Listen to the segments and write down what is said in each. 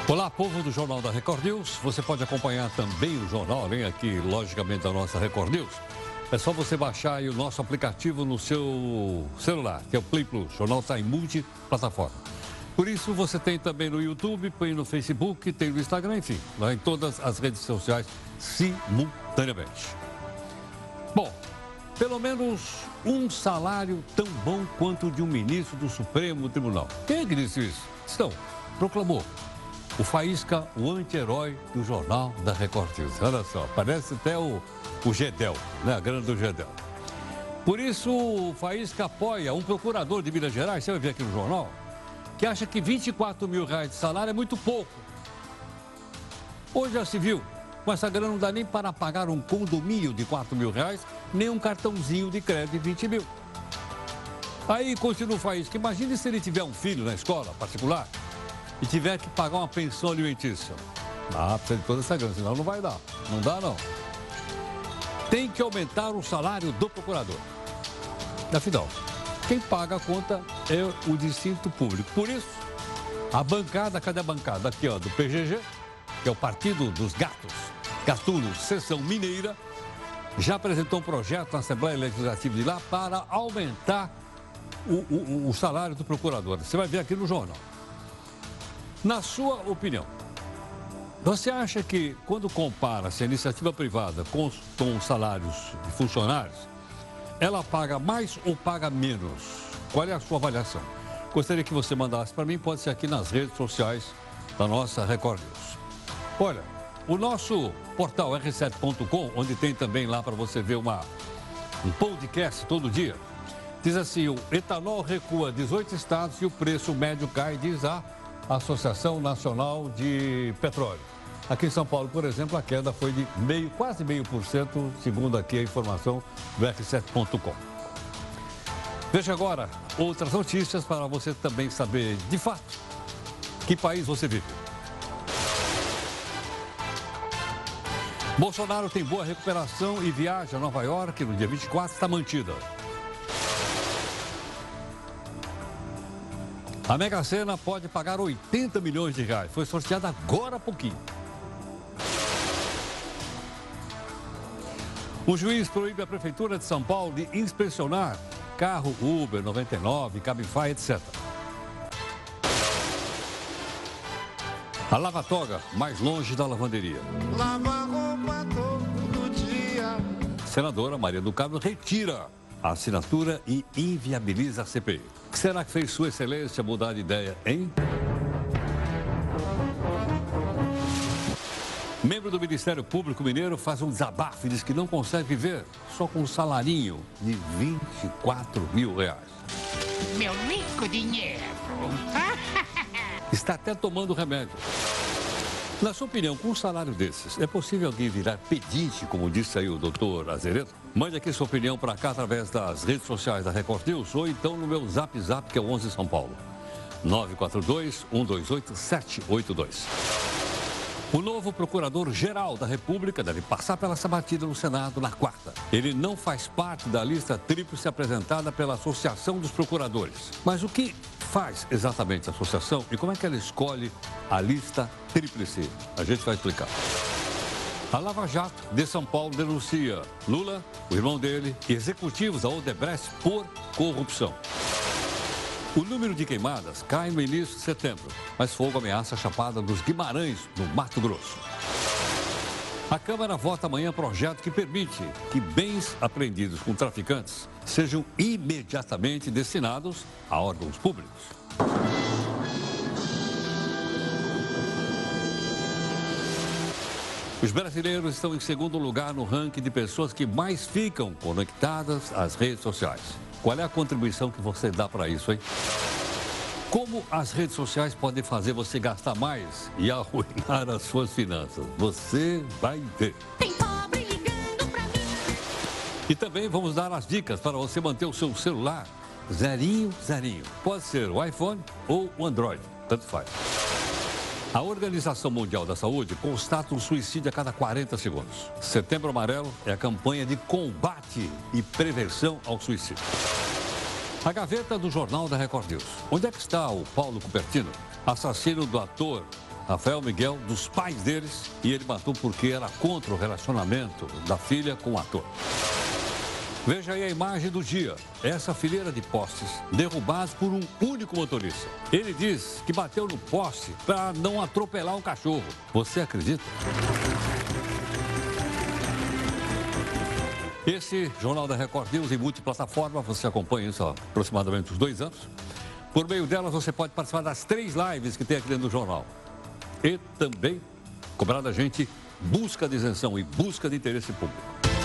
Olá, povo do Jornal da Record News. Você pode acompanhar também o jornal, além aqui, logicamente, da nossa Record News. É só você baixar aí o nosso aplicativo no seu celular, que é o Play Plus. O jornal está em multiplataforma. Por isso, você tem também no YouTube, põe no Facebook, tem no Instagram, enfim, lá em todas as redes sociais simultaneamente. Bom, pelo menos um salário tão bom quanto o de um ministro do Supremo Tribunal. Quem é que disse isso? Então, proclamou o Faísca, o anti-herói do Jornal da Record News. Olha só, parece até o Gedel, né? A grana do Gedel. Por isso, o Faísca apoia um procurador de Minas Gerais, você vai ver aqui no jornal, que acha que R$24 mil de salário é muito pouco. Hoje já se viu, com essa grana não dá nem para pagar um condomínio de R$4 mil, nem um cartãozinho de crédito de 20 mil. Aí continua o Faísca, imagine se ele tiver um filho na escola particular e tiver que pagar uma pensão alimentícia. Ah, precisa de toda essa grana, senão não vai dar. Não dá, não. Tem que aumentar o salário do procurador. Afinal, quem paga a conta é o distinto público. Por isso, a bancada, cadê a bancada? Aqui, ó, do PGG, que é o Partido dos Gatos, Gatunos, Seção Mineira, já apresentou um projeto na Assembleia Legislativa de lá para aumentar o salário do procurador. Você vai ver aqui no jornal. Na sua opinião, você acha que quando compara-se a iniciativa privada com os salários de funcionários, ela paga mais ou paga menos? Qual é a sua avaliação? Gostaria que você mandasse para mim, pode ser aqui nas redes sociais da nossa Record News. Olha, o nosso portal r7.com, onde tem também lá para você ver um podcast todo dia, diz assim, o etanol recua 18 estados e o preço médio cai, diz a Associação Nacional de Petróleo. Aqui em São Paulo, por exemplo, a queda foi de quase 0,5%, segundo aqui a informação do r7.com. Veja agora outras notícias para você também saber, de fato, que país você vive. Bolsonaro tem boa recuperação e viaja a Nova York no dia 24, está mantida. A Mega Sena pode pagar R$80 milhões. Foi sorteada agora há pouquinho. O juiz proíbe a Prefeitura de São Paulo de inspecionar carro Uber, 99, Cabify, etc. A lava-toga mais longe da lavanderia. Lava roupa todo dia. Senadora Maria do Carmo retira a assinatura e inviabiliza a CPI. O que será que fez Sua Excelência mudar de ideia, hein? Membro do Ministério Público Mineiro faz um desabafo e diz que não consegue viver só com um salarinho de R$24 mil. Meu rico dinheiro. Está até tomando remédio. Na sua opinião, com um salário desses, é possível alguém virar pedinte, como disse aí o doutor Azeredo? Mande aqui sua opinião para cá através das redes sociais da Record News ou então no meu Zap, que é o 11 São Paulo. 942-128-782. O novo procurador-geral da República deve passar pela sabatina no Senado na quarta. Ele não faz parte da lista tríplice apresentada pela Associação dos Procuradores. Mas o que faz exatamente a associação e como é que ela escolhe a lista tríplice? A gente vai explicar. A Lava Jato de São Paulo denuncia Lula, o irmão dele e executivos da Odebrecht por corrupção. O número de queimadas cai no início de setembro, mas fogo ameaça a Chapada dos Guimarães, no Mato Grosso. A Câmara vota amanhã projeto que permite que bens apreendidos com traficantes sejam imediatamente destinados a órgãos públicos. Os brasileiros estão em segundo lugar no ranking de pessoas que mais ficam conectadas às redes sociais. Qual é a contribuição que você dá para isso, hein? Como as redes sociais podem fazer você gastar mais e arruinar as suas finanças? Você vai ver. Tem pobre ligando pra mim. E também vamos dar as dicas para você manter o seu celular zerinho. Pode ser o iPhone ou o Android, tanto faz. A Organização Mundial da Saúde constata um suicídio a cada 40 segundos. Setembro Amarelo é a campanha de combate e prevenção ao suicídio. A gaveta do Jornal da Record News. Onde é que está o Paulo Cupertino, assassino do ator Rafael Miguel, dos pais deles, e ele matou porque era contra o relacionamento da filha com o ator. Veja aí a imagem do dia. Essa fileira de postes derrubados por um único motorista. Ele diz que bateu no poste para não atropelar um cachorro. Você acredita? Esse Jornal da Record News em multiplataforma, você acompanha isso há aproximadamente uns 2 anos. Por meio delas, você pode participar das 3 lives que tem aqui dentro do jornal. E também cobrar da gente busca de isenção e busca de interesse público.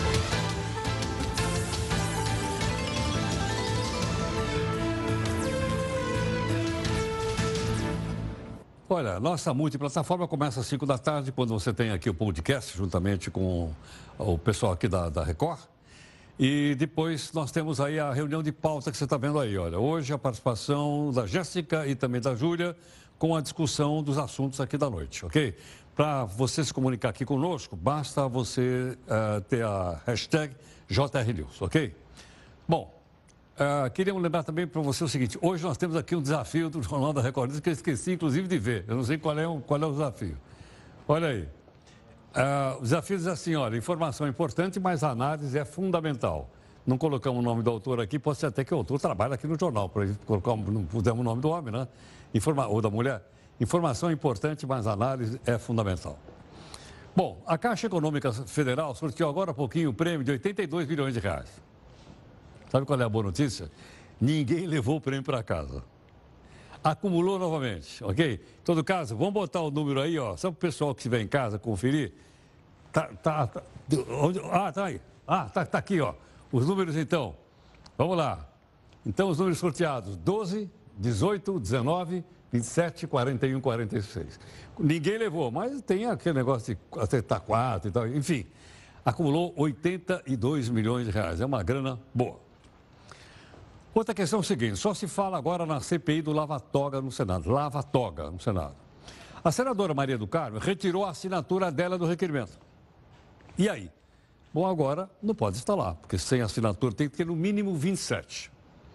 Olha, nossa multiplataforma começa às 5 da tarde, quando você tem aqui o podcast, juntamente com o pessoal aqui da Record. E depois nós temos aí a reunião de pauta que você está vendo aí, olha. Hoje a participação da Jéssica e também da Júlia com a discussão dos assuntos aqui da noite, ok? Para você se comunicar aqui conosco, basta você ter a hashtag JRNews, ok? Bom, queríamos lembrar também para você o seguinte, hoje nós temos aqui um desafio do Jornal da Record News que eu esqueci inclusive de ver, eu não sei qual é o desafio. Olha aí. O desafio diz assim, olha, informação é importante, mas a análise é fundamental. Não colocamos o nome do autor aqui, pode ser até que o autor trabalhe aqui no jornal, por colocar, não pusemos o nome do homem, né? Ou da mulher. Informação é importante, mas a análise é fundamental. Bom, a Caixa Econômica Federal sorteou agora há pouquinho o prêmio de 82 milhões de reais. Sabe qual é a boa notícia? Ninguém levou o prêmio para casa. Acumulou novamente, ok? Em todo caso, vamos botar o número aí, ó. Só para o pessoal que estiver em casa conferir. Tá aí. Tá aqui, ó. Os números, então. Vamos lá. Então, os números sorteados: 12, 18, 19, 27, 41, 46. Ninguém levou, mas tem aquele negócio de acertar 4 e tal. Enfim, acumulou 82 milhões de reais. É uma grana boa. Outra questão é o seguinte, só se fala agora na CPI do lava-toga no Senado. Lava-toga no Senado. A senadora Maria do Carmo retirou a assinatura dela do requerimento. E aí? Bom, agora não pode estar lá, porque sem assinatura tem que ter no mínimo 27.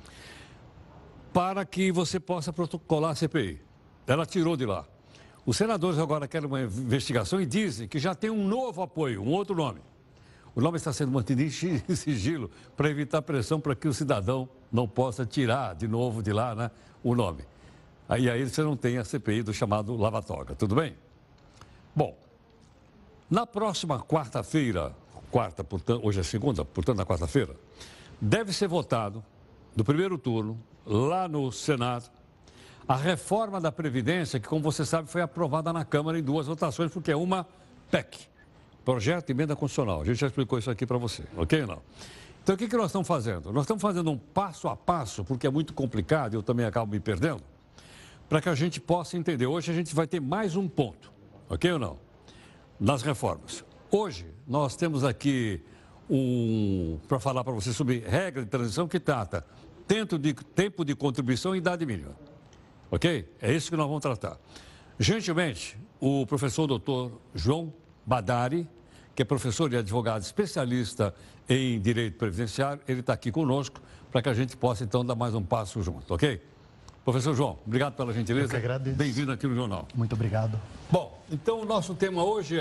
Para que você possa protocolar a CPI. Ela tirou de lá. Os senadores agora querem uma investigação e dizem que já tem um novo apoio, um outro nome. O nome está sendo mantido em sigilo para evitar pressão para que o cidadão não possa tirar de novo de lá, né, o nome. Aí você não tem a CPI do chamado lava-toga, tudo bem? Bom, na próxima quarta-feira, hoje é segunda, portanto na quarta-feira, deve ser votado, no primeiro turno, lá no Senado, a reforma da Previdência, que como você sabe foi aprovada na Câmara em 2 votações, porque é uma PEC. Projeto de Emenda Constitucional. A gente já explicou isso aqui para você, ok ou não? Então, o que nós estamos fazendo? Nós estamos fazendo um passo a passo, porque é muito complicado, eu também acabo me perdendo, para que a gente possa entender. Hoje a gente vai ter mais um ponto, ok ou não? Nas reformas. Hoje, nós temos aqui para falar para você sobre regra de transição que trata tempo de contribuição e idade mínima. Ok? É isso que nós vamos tratar. Gentilmente, o professor doutor João Badari, que é professor e advogado especialista em direito previdenciário, ele está aqui conosco para que a gente possa, então, dar mais um passo junto, ok? Professor João, obrigado pela gentileza. Eu que agradeço. Bem-vindo aqui no jornal. Muito obrigado. Bom, então o nosso tema hoje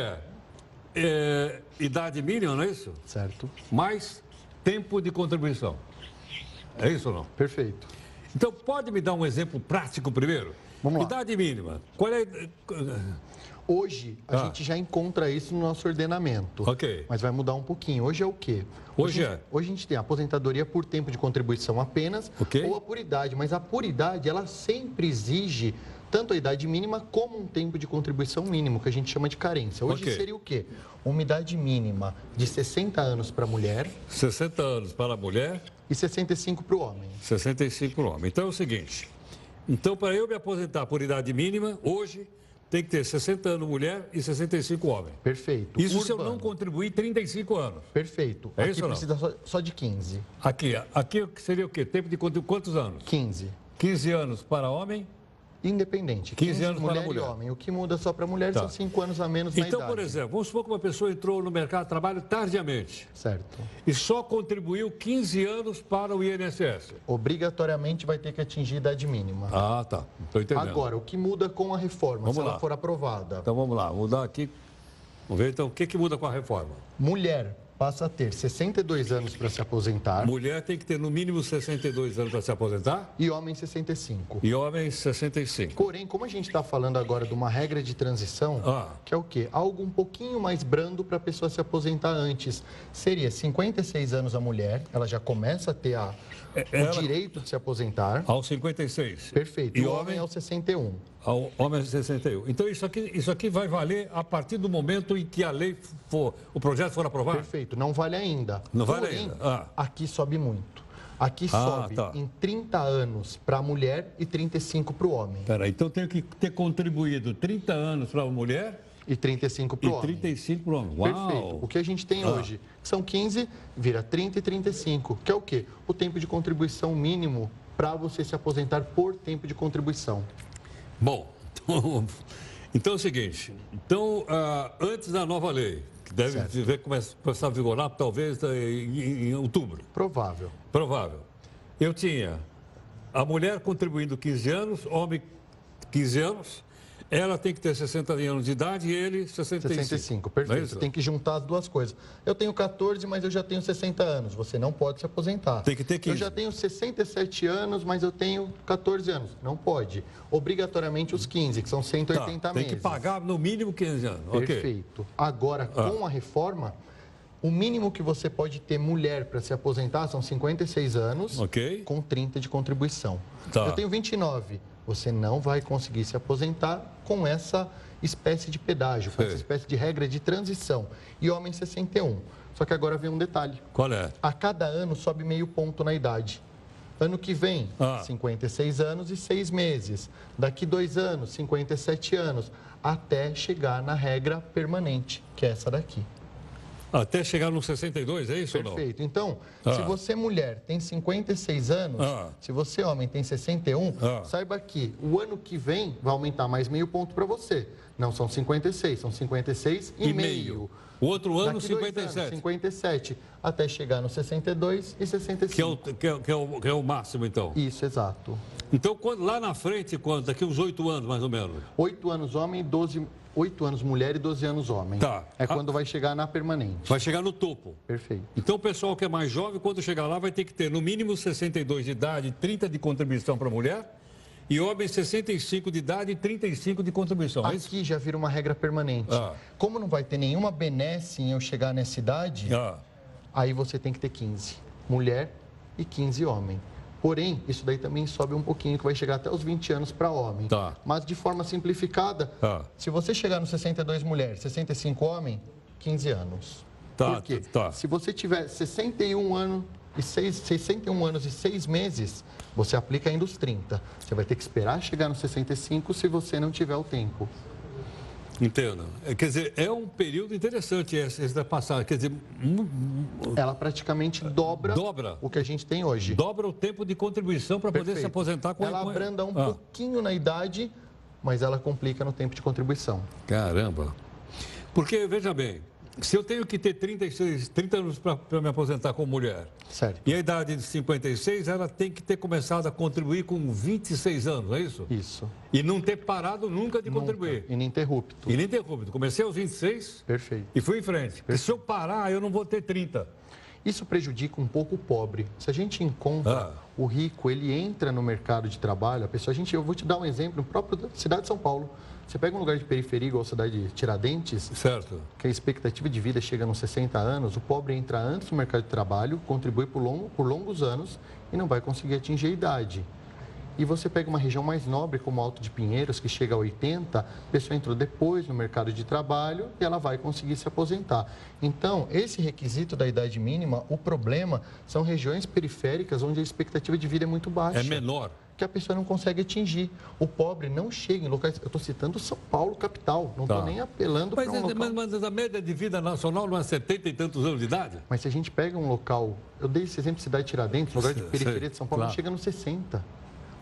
é idade mínima, não é isso? Certo. Mais tempo de contribuição. É isso ou não? Perfeito. Então, pode me dar um exemplo prático primeiro? Vamos lá. Idade mínima. Qual é... Hoje, a gente já encontra isso no nosso ordenamento. Ok. Mas vai mudar um pouquinho. Hoje é o quê? Hoje a gente tem a aposentadoria por tempo de contribuição apenas, ou a por idade. Mas a por idade, ela sempre exige tanto a idade mínima como um tempo de contribuição mínimo, que a gente chama de carência. Hoje seria o quê? Uma idade mínima de 60 anos para a mulher. 60 anos para a mulher. E 65 para o homem. 65 para o homem. Então é o seguinte. Então, para eu me aposentar por idade mínima, hoje... tem que ter 60 anos mulher e 65 homem. Perfeito. Isso se eu não contribuir 35 anos. Perfeito. É aqui isso ou não? Precisa só de 15. Aqui seria o quê? Tempo de quantos anos? 15. 15 anos para homem Independente. 15 anos mulher para a mulher. E homem. O que muda só para a mulher são 5 anos a menos na idade. Então, por exemplo, vamos supor que uma pessoa entrou no mercado de trabalho tardiamente. Certo. E só contribuiu 15 anos para o INSS. Obrigatoriamente vai ter que atingir a idade mínima. Ah, tá. Estou entendendo. Agora, o que muda com a reforma, ela for aprovada? Então, vamos lá. Mudar aqui. Vamos ver, então, o que muda com a reforma? Mulher passa a ter 62 anos para se aposentar. Mulher tem que ter no mínimo 62 anos para se aposentar. E homem 65. E homem 65. Porém, como a gente está falando agora de uma regra de transição, que é o quê? Algo um pouquinho mais brando para a pessoa se aposentar antes. Seria 56 anos a mulher, ela já começa a ter o direito de se aposentar. Aos 56. Perfeito. E o homem aos 61. Ao homem aos 61. Então, isso aqui vai valer a partir do momento em que a lei o projeto for aprovado? Perfeito. Não vale ainda. Não vale ainda. Aqui sobe muito. Aqui sobe em 30 anos para a mulher e 35 para o homem. Peraí, então tem que ter contribuído 30 anos para a mulher e 35 para o homem. E 35 para o homem. Uau. Perfeito. O que a gente tem hoje são 15, vira 30 e 35, que é o quê? O tempo de contribuição mínimo para você se aposentar por tempo de contribuição. Bom, então é o seguinte, antes da nova lei, que deve começar a vigorar talvez em outubro. Provável. Eu tinha a mulher contribuindo 15 anos, homem 15 anos, ela tem que ter 60 anos de idade e ele 65. Perfeito. Você tem que juntar as duas coisas. Eu tenho 14, mas eu já tenho 60 anos. Você não pode se aposentar. Tem que ter 15. Eu já tenho 67 anos, mas eu tenho 14 anos. Não pode. Obrigatoriamente os 15, que são 180 meses. Tem que pagar no mínimo 15 anos. Perfeito. Agora, com a reforma, o mínimo que você pode ter mulher para se aposentar são 56 anos, com 30 de contribuição. Eu tenho 29. Você não vai conseguir se aposentar com essa espécie de pedágio, com essa espécie de regra de transição. E homem 61. Só que agora vem um detalhe. Qual é? A cada ano sobe meio ponto na idade. Ano que vem, 56 anos e 6 meses. Daqui 2 anos, 57 anos. Até chegar na regra permanente, que é essa daqui. Até chegar nos 62, é isso ou não? Perfeito. Então, se você mulher tem 56 anos, se você homem tem 61, saiba que o ano que vem vai aumentar mais meio ponto para você. Não são 56, são 56 e meio. O outro ano, daqui 57. Anos, 57, até chegar no 62 e 65. Que é o máximo, então? Isso, exato. Então, lá na frente, daqui uns 8 anos, mais ou menos? 8 anos homem, 8 anos mulher e 12 anos homem. É quando vai chegar na permanente. Vai chegar no topo. Perfeito. Então, o pessoal que é mais jovem, quando chegar lá, vai ter que ter no mínimo 62 de idade, 30 de contribuição para a mulher. E homem 65 de idade e 35 de contribuição. Aqui já vira uma regra permanente. Como não vai ter nenhuma benesse em eu chegar nessa idade, aí você tem que ter 15 mulher e 15 homem. Porém, isso daí também sobe um pouquinho, que vai chegar até os 20 anos para homem. Mas de forma simplificada, se você chegar no 62 mulher, 65 homem, 15 anos. Por quê? Se você tiver 61 anos e 6 meses, você aplica ainda os 30. Você vai ter que esperar chegar nos 65 se você não tiver o tempo. Entendo. Quer dizer, é um período interessante esse da passagem. Quer dizer, ela praticamente dobra o que a gente tem hoje. Dobra o tempo de contribuição para poder se aposentar com ela abranda um pouquinho na idade, mas ela complica no tempo de contribuição. Caramba. Porque, veja bem, se eu tenho que ter 30 anos para me aposentar como mulher, e a idade de 56, ela tem que ter começado a contribuir com 26 anos, é isso? Isso. E não ter parado nunca de contribuir. Ininterrupto. Ininterrupto. Comecei aos 26 e fui em frente. Porque se eu parar, eu não vou ter 30. Isso prejudica um pouco o pobre. Se a gente encontra o rico, ele entra no mercado de trabalho, eu vou te dar um exemplo, no próprio cidade de São Paulo. Você pega um lugar de periferia, igual a cidade de Tiradentes, que a expectativa de vida chega nos 60 anos, o pobre entra antes no mercado de trabalho, contribui por longos anos e não vai conseguir atingir a idade. E você pega uma região mais nobre, como Alto de Pinheiros, que chega a 80, a pessoa entrou depois no mercado de trabalho e ela vai conseguir se aposentar. Então, esse requisito da idade mínima, o problema são regiões periféricas onde a expectativa de vida é muito baixa. É menor. Que a pessoa não consegue atingir. O pobre não chega em locais... Eu estou citando São Paulo, capital. Não estou nem apelando para um local... Mas a média de vida nacional não é 70 e tantos anos de idade? Mas se a gente pega um local... Eu dei esse exemplo de cidade de Tiradentes, lugar de periferia de São Paulo, não chega nos 60.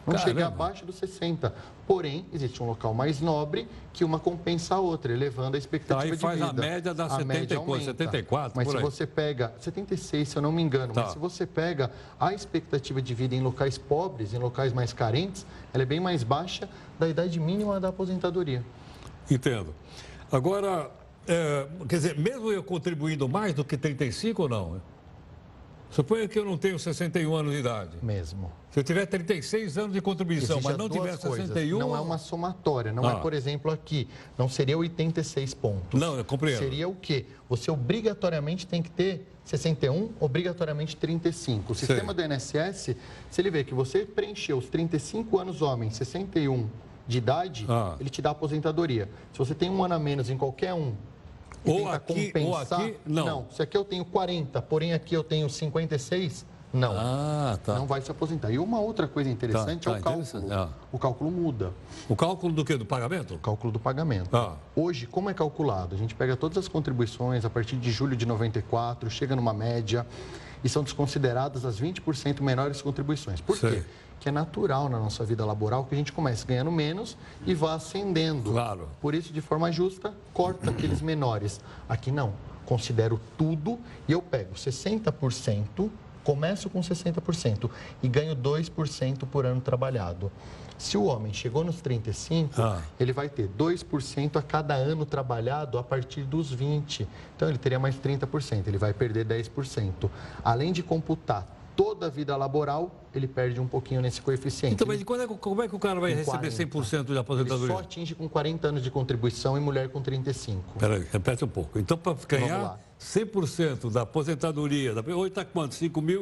Não chega abaixo dos 60. Porém, existe um local mais nobre que uma compensa a outra, elevando a expectativa de vida. Aí faz a média da 74, mas se você pega 76, se eu não me engano, mas se você pega a expectativa de vida em locais pobres, em locais mais carentes, ela é bem mais baixa da idade mínima da aposentadoria. Entendo. Agora, quer dizer, mesmo eu contribuindo mais do que 35 ou não? Suponha que eu não tenho 61 anos de idade. Mesmo. Se eu tiver 36 anos de contribuição, mas não tiver 61... Não é uma somatória, não é, por exemplo, aqui. Não seria 86 pontos. Não, eu compreendo. Seria o quê? Você obrigatoriamente tem que ter 61, obrigatoriamente 35. O sistema do INSS, se ele vê que você preencheu os 35 anos homem, 61 de idade, ele te dá aposentadoria. Se você tem um ano a menos em qualquer um, ou aqui, não. Se aqui eu tenho 40, porém aqui eu tenho 56, não. Não vai se aposentar. E uma outra coisa interessante é o cálculo. O cálculo muda. O cálculo do quê? Do pagamento? O cálculo do pagamento. Hoje, como é calculado? A gente pega todas as contribuições a partir de julho de 94, chega numa média e são desconsideradas as 20% menores contribuições. Por quê? Que é natural na nossa vida laboral que a gente comece ganhando menos e vá ascendendo. Claro. Por isso, de forma justa, corta aqueles menores. Aqui não. Considero tudo e eu pego 60%, começo com 60% e ganho 2% por ano trabalhado. Se o homem chegou nos 35, ele vai ter 2% a cada ano trabalhado a partir dos 20. Então, ele teria mais 30%, ele vai perder 10%. Além de computar toda a vida laboral, ele perde um pouquinho nesse coeficiente. Então, mas como é que o cara vai receber 100% de aposentadoria? Ele só atinge com 40 anos de contribuição e mulher com 35. Peraí, repete um pouco. Então, para ganhar 100% da aposentadoria, hoje está quanto?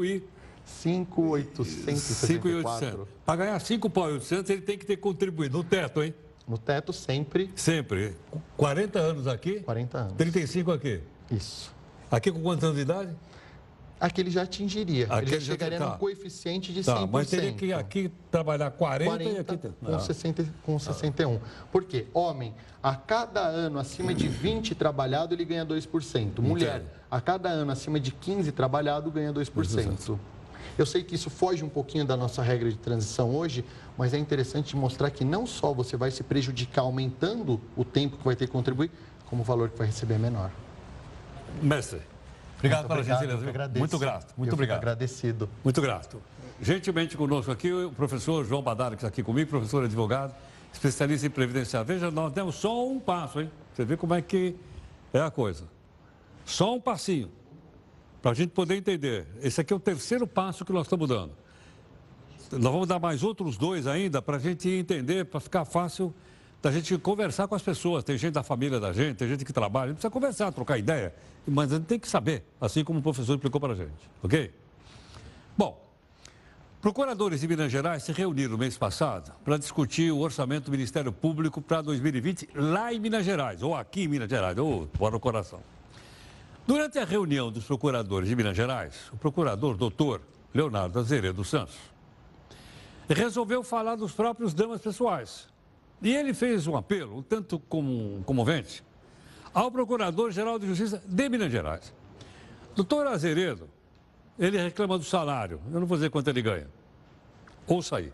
5.864. Para ganhar 5.800, ele tem que ter contribuído no teto, hein? No teto, sempre. Sempre. 40 anos aqui? 40 anos. 35 aqui? Isso. Aqui com quantos anos de idade? Aqui ele já atingiria. Ele já chegaria num coeficiente de 100%. Mas teria que aqui trabalhar 40 e aqui... com 61. Por quê? Homem, a cada ano acima de 20 trabalhado, ele ganha 2%. Mulher, a cada ano acima de 15 trabalhado, ganha 2%. Eu sei que isso foge um pouquinho da nossa regra de transição hoje, mas é interessante mostrar que não só você vai se prejudicar aumentando o tempo que vai ter que contribuir, como o valor que vai receber é menor. Mestre, obrigado pela gentileza. Muito grato. Muito obrigado. Agradecido. Muito grato. Gentilmente conosco aqui o professor João Badara, que está aqui comigo, professor advogado, especialista em previdenciário. Veja, nós temos só um passo, hein? Você vê como é que é a coisa. Só um passinho, para a gente poder entender. Esse aqui é o terceiro passo que nós estamos dando. Nós vamos dar mais outros dois ainda para a gente entender, para ficar fácil da gente conversar com as pessoas. Tem gente da família da gente, tem gente que trabalha, a gente precisa conversar, trocar ideia, mas a gente tem que saber, assim como o professor explicou para a gente, ok? Bom, procuradores de Minas Gerais se reuniram no mês passado para discutir o orçamento do Ministério Público para 2020 lá em Minas Gerais, ou aqui em Minas Gerais, ou bora no coração. Durante a reunião dos procuradores de Minas Gerais, o procurador doutor Leonardo Azeredo Santos resolveu falar dos próprios dramas pessoais. E ele fez um apelo, um tanto comovente, ao Procurador-Geral de Justiça de Minas Gerais. Doutor Azeredo, ele reclama do salário. Eu não vou dizer quanto ele ganha. Ouça aí.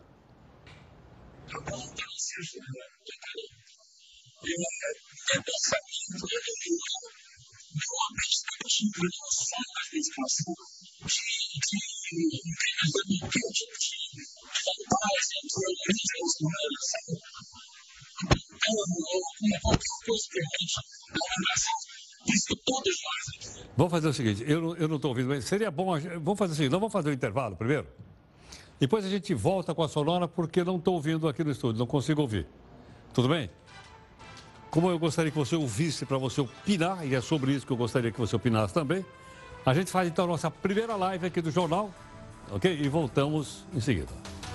Vamos fazer o seguinte, eu não estou ouvindo, mas seria bom, vamos fazer o seguinte, vamos fazer o intervalo primeiro, depois a gente volta com a sonora, porque não estou ouvindo aqui no estúdio, não consigo ouvir. Tudo bem? Como eu gostaria que você ouvisse para você opinar, e é sobre isso que eu gostaria que você opinasse também, a gente faz então a nossa primeira live aqui do jornal, ok? E voltamos em seguida.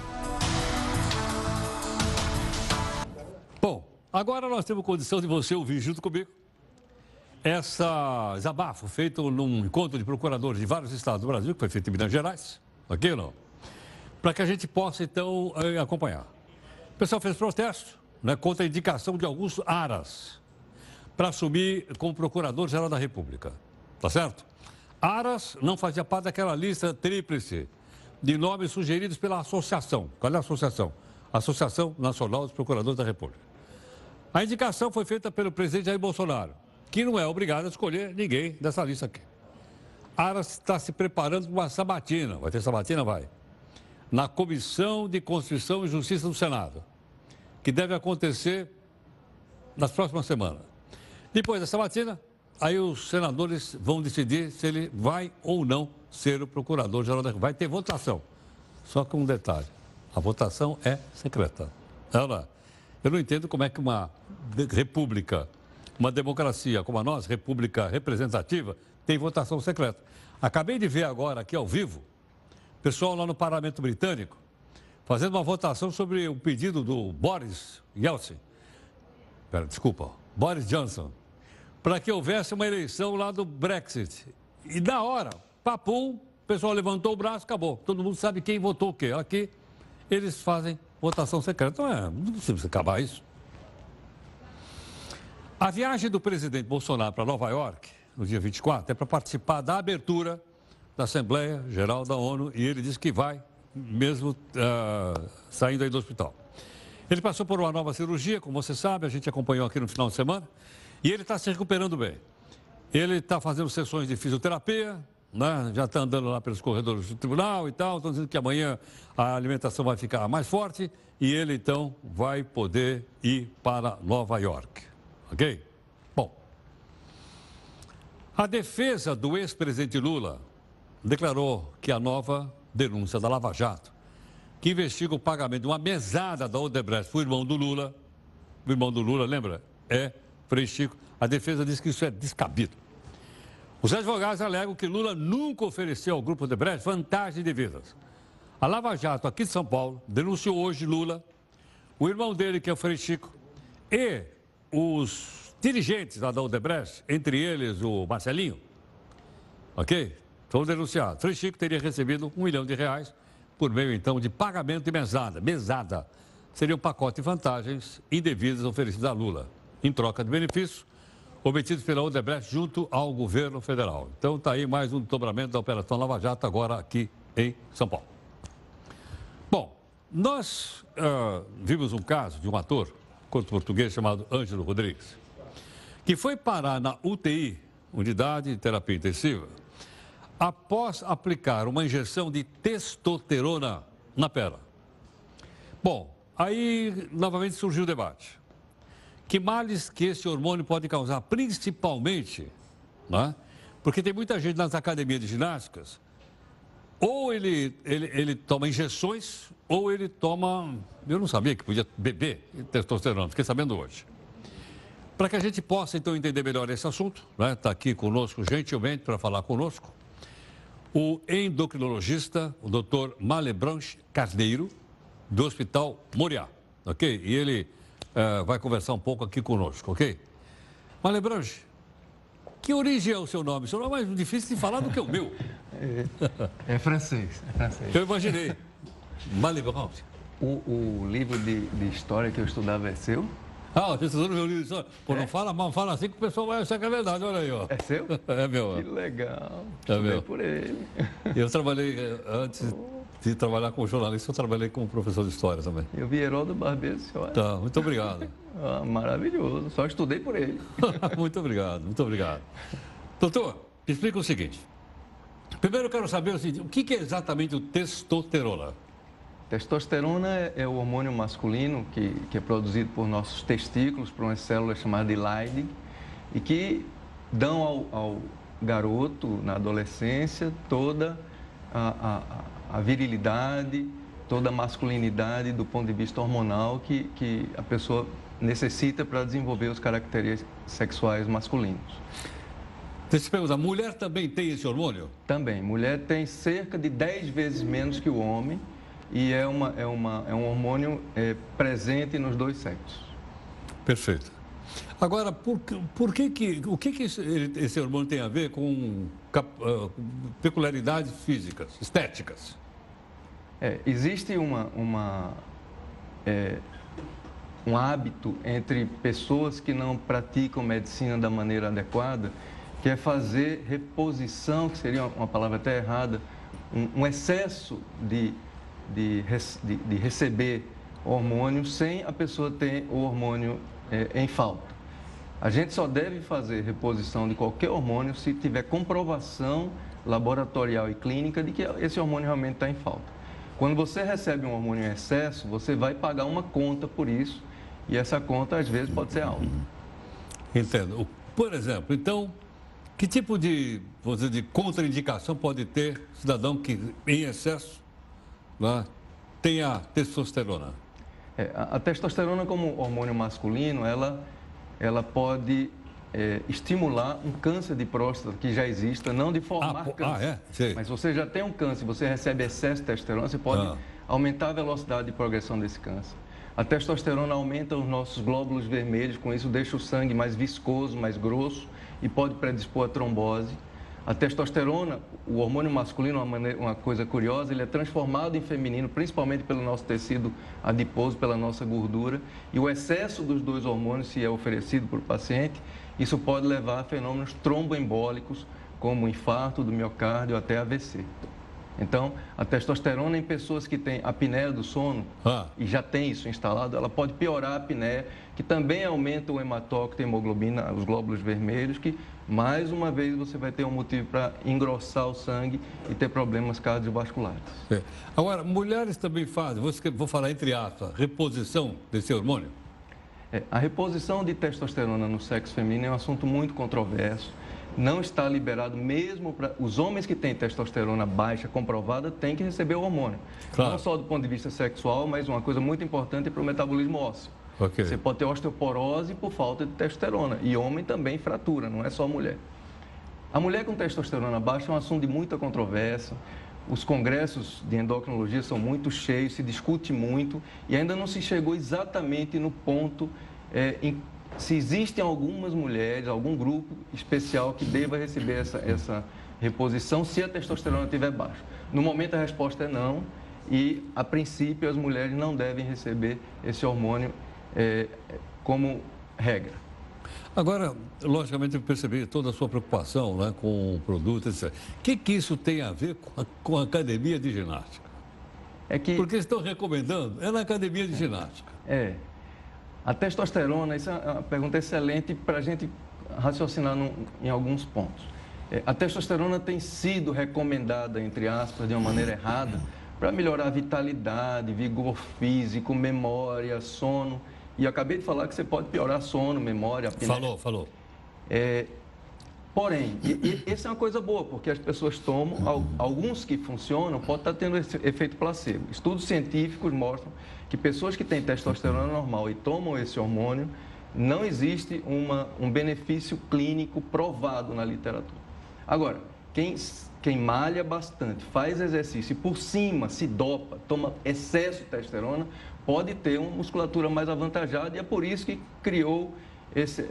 Bom, agora nós temos condição de você ouvir junto comigo essa desabafo feito num encontro de procuradores de vários estados do Brasil, que foi feito em Minas Gerais, ok ou não? Para que a gente possa então acompanhar. O pessoal fez protesto, né, contra a indicação de Augusto Aras para assumir como Procurador-Geral da República. Tá certo? Aras não fazia parte daquela lista tríplice de nomes sugeridos pela associação. Qual é a associação? Associação Nacional dos Procuradores da República. A indicação foi feita pelo presidente Jair Bolsonaro, que não é obrigado a escolher ninguém dessa lista aqui. Aras está se preparando para uma sabatina. Vai ter sabatina? Vai. Na Comissão de Constituição e Justiça do Senado, que deve acontecer nas próximas semanas. Depois da sabatina, aí os senadores vão decidir se ele vai ou não ser o procurador-geral da República. Vai ter votação. Só que um detalhe, a votação é secreta. Eu não entendo como é que uma república, uma democracia como a nossa, república representativa, tem votação secreta. Acabei de ver agora aqui ao vivo, pessoal lá no Parlamento Britânico, fazendo uma votação sobre o pedido do Boris Johnson, para que houvesse uma eleição lá do Brexit. E na hora, papum, o pessoal levantou o braço, acabou. Todo mundo sabe quem votou o quê. Aqui, eles fazem votação secreta. Não precisa acabar isso. A viagem do presidente Bolsonaro para Nova York, no dia 24, é para participar da abertura da Assembleia Geral da ONU e ele disse que vai, mesmo saindo aí do hospital. Ele passou por uma nova cirurgia, como você sabe, a gente acompanhou aqui no final de semana, e ele está se recuperando bem. Ele está fazendo sessões de fisioterapia, né? Já está andando lá pelos corredores do tribunal e tal, estão dizendo que amanhã a alimentação vai ficar mais forte e ele, então, vai poder ir para Nova York. Ok? Bom, a defesa do ex-presidente Lula declarou que a nova denúncia da Lava Jato, que investiga o pagamento de uma mesada da Odebrecht para o irmão do Lula, lembra? Frei Chico. A defesa diz que isso é descabido. Os advogados alegam que Lula nunca ofereceu ao grupo Odebrecht vantagens devidas. A Lava Jato, aqui de São Paulo, denunciou hoje Lula, o irmão dele, que é o Frei Chico, e os dirigentes lá da Odebrecht, entre eles o Marcelinho, ok? Foram denunciados. Frei Chico teria recebido R$1 milhão por meio, então, de pagamento de mesada. Mesada seria um pacote de vantagens indevidas oferecidas a Lula, em troca de benefícios obtidos pela Odebrecht junto ao governo federal. Então, está aí mais um desdobramento da Operação Lava Jato, agora aqui em São Paulo. Bom, nós vimos um caso de um ator português chamado Ângelo Rodrigues, que foi parar na UTI, Unidade de Terapia Intensiva, após aplicar uma injeção de testosterona na perna. Bom, aí novamente surgiu o debate. Que males que esse hormônio pode causar, principalmente, né? Porque tem muita gente nas academias de ginásticas, ou ele toma injeções, ou ele toma... Eu não sabia que podia beber testosterona, fiquei sabendo hoje. Para que a gente possa, então, entender melhor esse assunto, né? Está aqui conosco, gentilmente, para falar conosco, o endocrinologista, o Dr. Malebranche Carneiro, do Hospital Moriá, ok? E ele vai conversar um pouco aqui conosco, ok? Malebranche, que origem é o seu nome? O seu nome é mais difícil de falar do que o meu. É francês, é francês. Eu imaginei. Malebranche. O livro de história que eu estudava é seu? Ah, você estudou no meu livro de história? Pô, não fala mal, fala assim que o pessoal vai achar que é verdade, olha aí, ó. É seu? É meu. Que legal. É meu. Por ele. Eu trabalhei, antes de trabalhar como jornalista, eu trabalhei como professor de história também. Eu vi Heródoto Barbeiro, senhora. Tá, muito obrigado. Maravilhoso, só estudei por ele. Muito obrigado, muito obrigado. Doutor, me explica o seguinte. Primeiro eu quero saber o seguinte, o que é exatamente o testosterona? Testosterona é o hormônio masculino que é produzido por nossos testículos, por umas células chamadas de Leydig, e que dão ao garoto, na adolescência, toda a virilidade, toda a masculinidade do ponto de vista hormonal que a pessoa necessita para desenvolver os caracteres sexuais masculinos. Deixa eu te perguntar, mulher também tem esse hormônio? Também. Mulher tem cerca de 10 vezes menos que o homem e é um hormônio presente nos dois sexos. Perfeito. Agora, o que esse hormônio tem a ver com peculiaridades físicas, estéticas? Existe um hábito entre pessoas que não praticam medicina da maneira adequada, que é fazer reposição, que seria uma palavra até errada, um excesso de receber hormônio sem a pessoa ter o hormônio em falta. A gente só deve fazer reposição de qualquer hormônio se tiver comprovação laboratorial e clínica de que esse hormônio realmente está em falta. Quando você recebe um hormônio em excesso, você vai pagar uma conta por isso, e essa conta às vezes pode ser alta. Entendo. Por exemplo, então, que tipo de contraindicação pode ter cidadão que em excesso, né, tenha testosterona? A testosterona, como hormônio masculino, ela pode estimular um câncer de próstata que já exista, não de formar câncer. Mas você já tem um câncer, você recebe excesso de testosterona, você pode aumentar a velocidade de progressão desse câncer. A testosterona aumenta os nossos glóbulos vermelhos, com isso deixa o sangue mais viscoso, mais grosso e pode predispor a trombose. A testosterona, o hormônio masculino, uma coisa curiosa, ele é transformado em feminino, principalmente pelo nosso tecido adiposo, pela nossa gordura. E o excesso dos dois hormônios, se é oferecido para o paciente, isso pode levar a fenômenos tromboembólicos, como infarto do miocárdio até AVC. Então, a testosterona em pessoas que têm apneia do sono, e já tem isso instalado, ela pode piorar a apneia, que também aumenta o hematócrito, a hemoglobina, os glóbulos vermelhos, que mais uma vez você vai ter um motivo para engrossar o sangue e ter problemas cardiovasculares. Agora, mulheres também fazem, vou falar entre aspas, reposição desse hormônio? A reposição de testosterona no sexo feminino é um assunto muito controverso. Não está liberado mesmo para... Os homens que têm testosterona baixa comprovada têm que receber o hormônio. Claro. Não só do ponto de vista sexual, mas uma coisa muito importante para o metabolismo ósseo. Okay. Você pode ter osteoporose por falta de testosterona. E homem também fratura, não é só mulher. A mulher com testosterona baixa é um assunto de muita controvérsia. Os congressos de endocrinologia são muito cheios, se discute muito e ainda não se chegou exatamente no ponto se existem algumas mulheres, algum grupo especial que deva receber essa reposição se a testosterona estiver baixa. No momento a resposta é não e, a princípio, as mulheres não devem receber esse hormônio como regra. Agora, logicamente, eu percebi toda a sua preocupação, né, com o produto, etc. O que isso tem a ver com a academia de ginástica? Porque estão recomendando, é na academia de ginástica. A testosterona, isso é uma pergunta excelente para a gente raciocinar em alguns pontos. A testosterona tem sido recomendada, entre aspas, de uma maneira errada, para melhorar a vitalidade, vigor físico, memória, sono. E eu acabei de falar que você pode piorar sono, memória, apneia. Falou. Porém, essa é uma coisa boa, porque as pessoas tomam, alguns que funcionam, podem estar tendo esse efeito placebo. Estudos científicos mostram que pessoas que têm testosterona normal e tomam esse hormônio, não existe um benefício clínico provado na literatura. Agora, quem malha bastante, faz exercício e por cima se dopa, toma excesso de testosterona, pode ter uma musculatura mais avantajada e é por isso que criou esse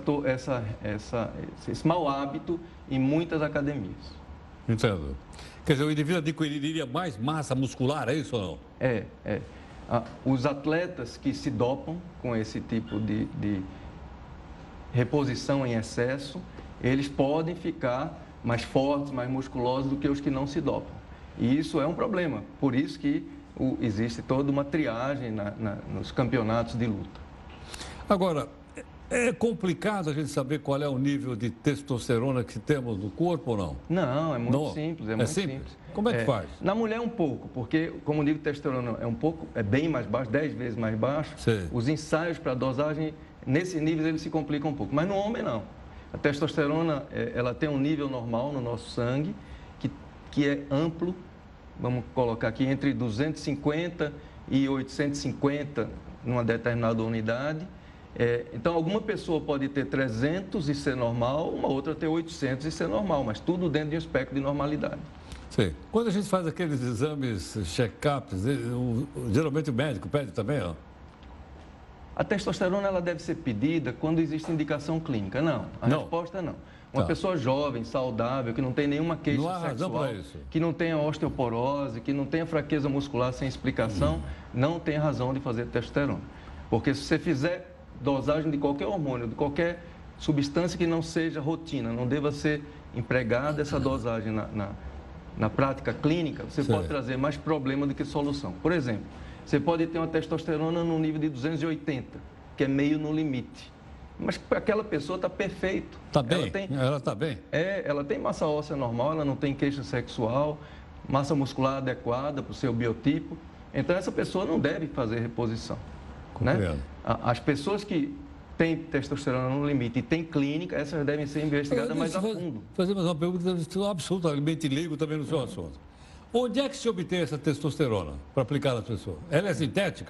mau hábito em muitas academias. Entendo. Quer dizer, o indivíduo adquiriria mais massa muscular, é isso ou não? Os atletas que se dopam com esse tipo de reposição em excesso, eles podem ficar mais fortes, mais musculosos do que os que não se dopam. E isso é um problema. Por isso que existe toda uma triagem nos campeonatos de luta. Agora, é complicado a gente saber qual é o nível de testosterona que temos no corpo ou não? Não, é muito simples. É muito simples. Como é que faz? Na mulher um pouco, porque como o nível de testosterona é bem mais baixo, 10 vezes mais baixo, os ensaios para dosagem, nesse nível eles se complicam um pouco. Mas no homem não. A testosterona, ela tem um nível normal no nosso sangue, que é amplo, vamos colocar aqui, entre 250 e 850 numa determinada unidade. Então, alguma pessoa pode ter 300 e ser normal, uma outra ter 800 e ser normal, mas tudo dentro de um espectro de normalidade. Sim. Quando a gente faz aqueles exames, check-ups, geralmente o médico pede também, ó? A testosterona ela deve ser pedida quando existe indicação clínica. Não, a resposta é não. Uma pessoa jovem, saudável, que não tem nenhuma queixa sexual, que não tenha osteoporose, que não tenha fraqueza muscular sem explicação, não tem razão de fazer testosterona. Porque se você fizer dosagem de qualquer hormônio, de qualquer substância que não seja rotina, não deva ser empregada essa dosagem na prática clínica, você pode trazer mais problema do que solução. Por exemplo, você pode ter uma testosterona no nível de 280, que é meio no limite. Mas aquela pessoa está perfeito. Está bem, ela está bem. Ela tem massa óssea normal, ela não tem queixa sexual, massa muscular adequada para o seu biotipo. Então, essa pessoa não deve fazer reposição. Né? As pessoas que têm testosterona no limite e têm clínica, essas devem ser investigadas mais a fundo. Fazer mais uma pergunta absolutamente leigo também no seu assunto. Onde é que se obtém essa testosterona para aplicar nas pessoas? Ela é sintética?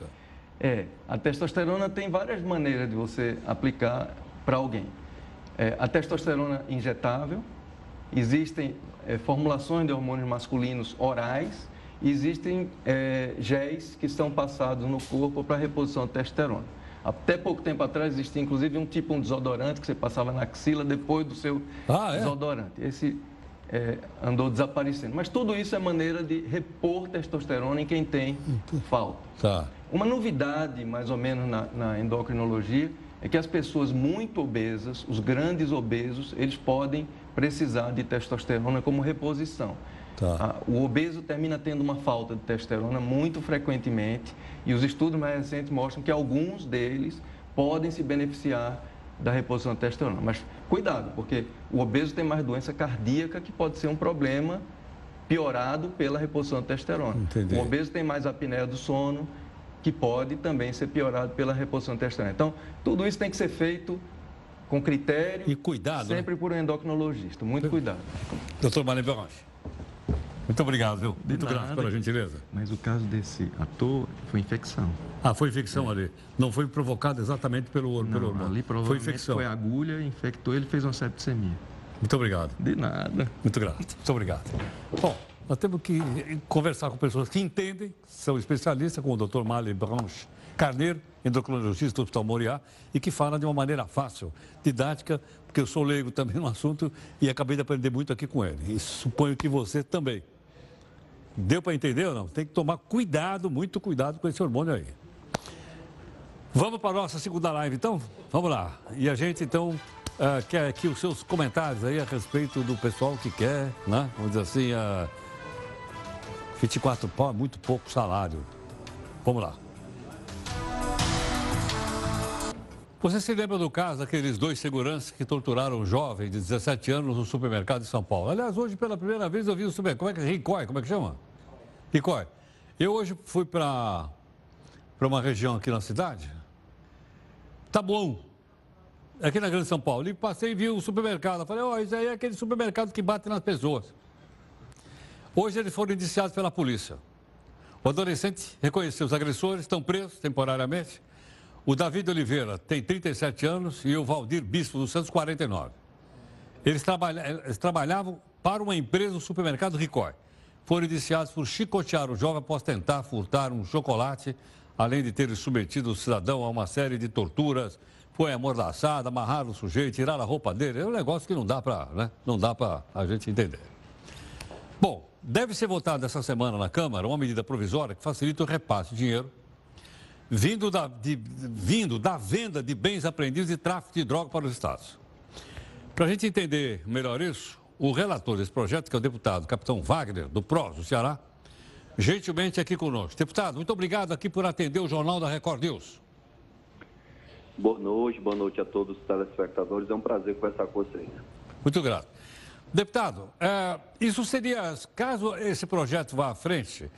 A testosterona tem várias maneiras de você aplicar para alguém. A testosterona injetável, existem formulações de hormônios masculinos orais, existem géis que são passados no corpo para reposição de testosterona. Até pouco tempo atrás existia inclusive um desodorante que você passava na axila depois do seu desodorante. Esse andou desaparecendo. Mas tudo isso é maneira de repor testosterona em quem tem falta. Uma novidade, mais ou menos, na endocrinologia é que as pessoas muito obesas, os grandes obesos, eles podem precisar de testosterona como reposição. O obeso termina tendo uma falta de testosterona muito frequentemente e os estudos mais recentes mostram que alguns deles podem se beneficiar da reposição de testosterona. Mas cuidado, porque o obeso tem mais doença cardíaca que pode ser um problema piorado pela reposição de testosterona. O obeso tem mais apneia do sono, que pode também ser piorado pela reposição de testosterona. Então, tudo isso tem que ser feito com critério e cuidado, sempre por um endocrinologista. Muito cuidado. Doutor Marley Berange, muito obrigado, viu? Muito grato pela gentileza. Mas o caso desse ator foi infecção. Foi infecção ali. Não foi provocado exatamente pelo hormônio. Ali provavelmente foi infecção. Foi agulha, infectou, ele fez uma septicemia. Muito obrigado. De nada. Muito grato. Muito obrigado. Bom, nós temos que conversar com pessoas que entendem, são especialistas, como o Dr. Marley Berange Carneiro, endocrinologista do Hospital Moriá, e que fala de uma maneira fácil, didática, porque eu sou leigo também no assunto e acabei de aprender muito aqui com ele. E suponho que você também. Deu para entender ou não? Tem que tomar cuidado, muito cuidado com esse hormônio aí. Vamos para a nossa segunda live, então? Vamos lá. E a gente, então, quer aqui os seus comentários aí a respeito do pessoal que quer, né? Vamos dizer assim, 24 pau é muito pouco salário. Vamos lá. Você se lembra do caso daqueles 2 seguranças que torturaram um jovem de 17 anos no supermercado de São Paulo? Aliás, hoje, pela primeira vez, eu vi o supermercado. Como é que é? Ricói, como é que chama? Ricói. Eu hoje fui para uma região aqui na cidade. Tá bom. Aqui na Grande São Paulo. E passei e vi o supermercado. Eu falei, isso aí é aquele supermercado que bate nas pessoas. Hoje eles foram indiciados pela polícia. O adolescente reconheceu os agressores, estão presos temporariamente. O David Oliveira tem 37 anos e o Valdir Bispo dos Santos, 49. Eles trabalhavam para uma empresa, o supermercado Ricói. Foram indiciados por chicotear o jovem após tentar furtar um chocolate, além de ter submetido o cidadão a uma série de torturas. Foi amordaçado, amarraram o sujeito, tiraram a roupa dele. É um negócio que não dá para, né? Não dá para a gente entender. Bom, deve ser votada essa semana na Câmara uma medida provisória que facilita o repasse de dinheiro vindo da venda de bens apreendidos e tráfico de droga para os estados. Para a gente entender melhor isso, o relator desse projeto, que é o deputado Capitão Wagner, do PROS, do Ceará, gentilmente aqui conosco. Deputado, muito obrigado aqui por atender o Jornal da Record News. Boa noite a todos os telespectadores. É um prazer conversar com vocês. Muito grato. Deputado, isso seria, caso esse projeto vá à frente,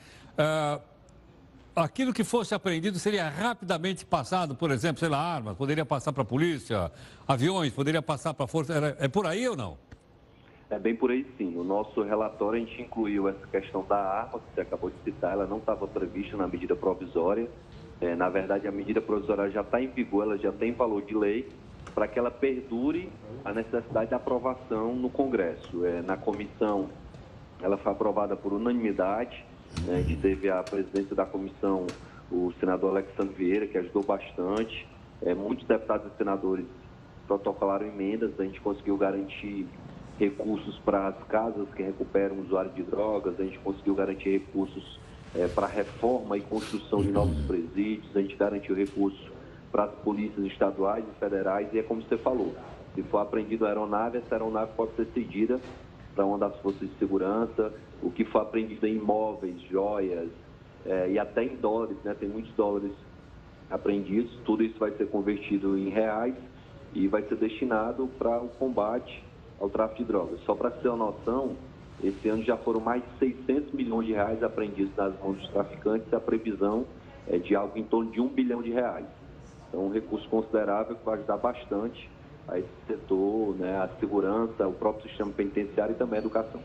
aquilo que fosse apreendido seria rapidamente passado, por exemplo, sei lá, armas, poderia passar para a polícia, aviões, poderia passar para a força. É por aí ou não? É bem por aí, sim. No nosso relatório, a gente incluiu essa questão da arma, que você acabou de citar, ela não estava prevista na medida provisória. Na verdade, a medida provisória já está em vigor, ela já tem valor de lei, para que ela perdure a necessidade de aprovação no Congresso. Na comissão, ela foi aprovada por unanimidade. A gente teve a presidência da comissão, o senador Alexandre Vieira, que ajudou bastante. Muitos deputados e senadores protocolaram emendas, a gente conseguiu garantir recursos para as casas que recuperam usuários de drogas, a gente conseguiu garantir recursos para reforma e construção de novos presídios, a gente garantiu recursos para as polícias estaduais e federais, e é como você falou, se for apreendido a aeronave, essa aeronave pode ser cedida para uma das forças de segurança, o que foi apreendido em imóveis, joias e até em dólares, né? Tem muitos dólares apreendidos, tudo isso vai ser convertido em reais e vai ser destinado para o combate ao tráfico de drogas. Só para ter uma noção, esse ano já foram mais de 600 milhões de reais apreendidos nas mãos dos traficantes, a previsão é de algo em torno de R$1 bilhão. Então, um recurso considerável que vai ajudar bastante a esse setor, né, a segurança, o próprio sistema penitenciário e também a educação.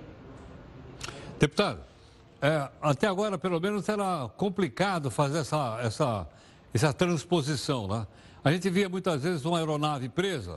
Deputado, até agora, pelo menos, era complicado fazer essa transposição, né? A gente via muitas vezes uma aeronave presa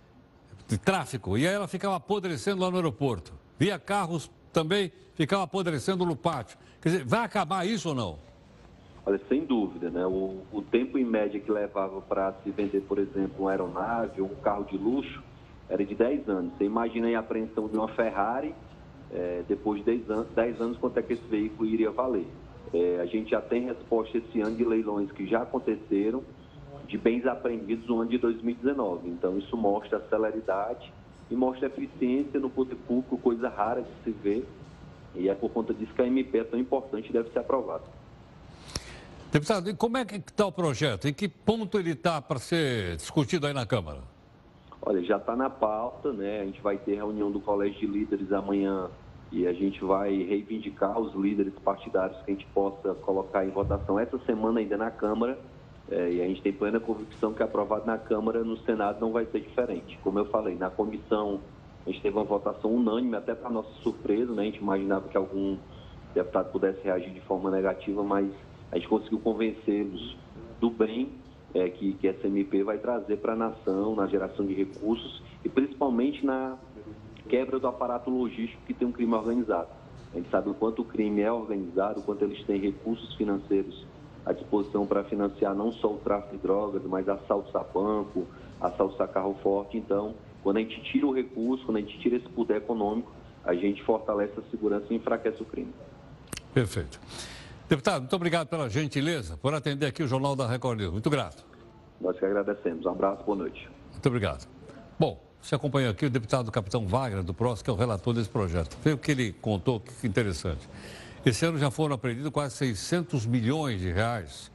de tráfico e aí ela ficava apodrecendo lá no aeroporto. Via carros também, ficava apodrecendo no pátio. Quer dizer, vai acabar isso ou não? Olha, sem dúvida, né? O tempo em média que levava para se vender, por exemplo, uma aeronave ou um carro de luxo era de 10 anos. Você imagina aí a apreensão de uma Ferrari, depois de 10 anos, quanto é que esse veículo iria valer? A gente já tem resposta esse ano de leilões que já aconteceram de bens apreendidos no ano de 2019. Então, isso mostra a celeridade e mostra a eficiência no poder público, coisa rara de se ver. E é por conta disso que a MP é tão importante e deve ser aprovada. Deputado, e como é que está o projeto? Em que ponto ele está para ser discutido aí na Câmara? Olha, já está na pauta, né? A gente vai ter reunião do Colégio de Líderes amanhã e a gente vai reivindicar os líderes partidários que a gente possa colocar em votação essa semana ainda na Câmara. E a gente tem plena convicção que aprovado na Câmara, no Senado não vai ser diferente. Como eu falei, na comissão a gente teve uma votação unânime, até para nossa surpresa, né? A gente imaginava que algum deputado pudesse reagir de forma negativa, mas a gente conseguiu convencê-los do bem que essa MP vai trazer para a nação, na geração de recursos e principalmente na quebra do aparato logístico que tem um crime organizado. A gente sabe o quanto o crime é organizado, o quanto eles têm recursos financeiros à disposição para financiar não só o tráfico de drogas, mas assaltos a banco, assaltos a carro forte. Então, quando a gente tira o recurso, quando a gente tira esse poder econômico, a gente fortalece a segurança e enfraquece o crime. Perfeito. Deputado, muito obrigado pela gentileza, por atender aqui o Jornal da Record News. Muito grato. Nós que agradecemos. Um abraço, boa noite. Muito obrigado. Bom, você acompanhou aqui o deputado Capitão Wagner, do PROS, que é o relator desse projeto. Veio o que ele contou, que interessante. Esse ano já foram apreendidos quase 600 milhões de reais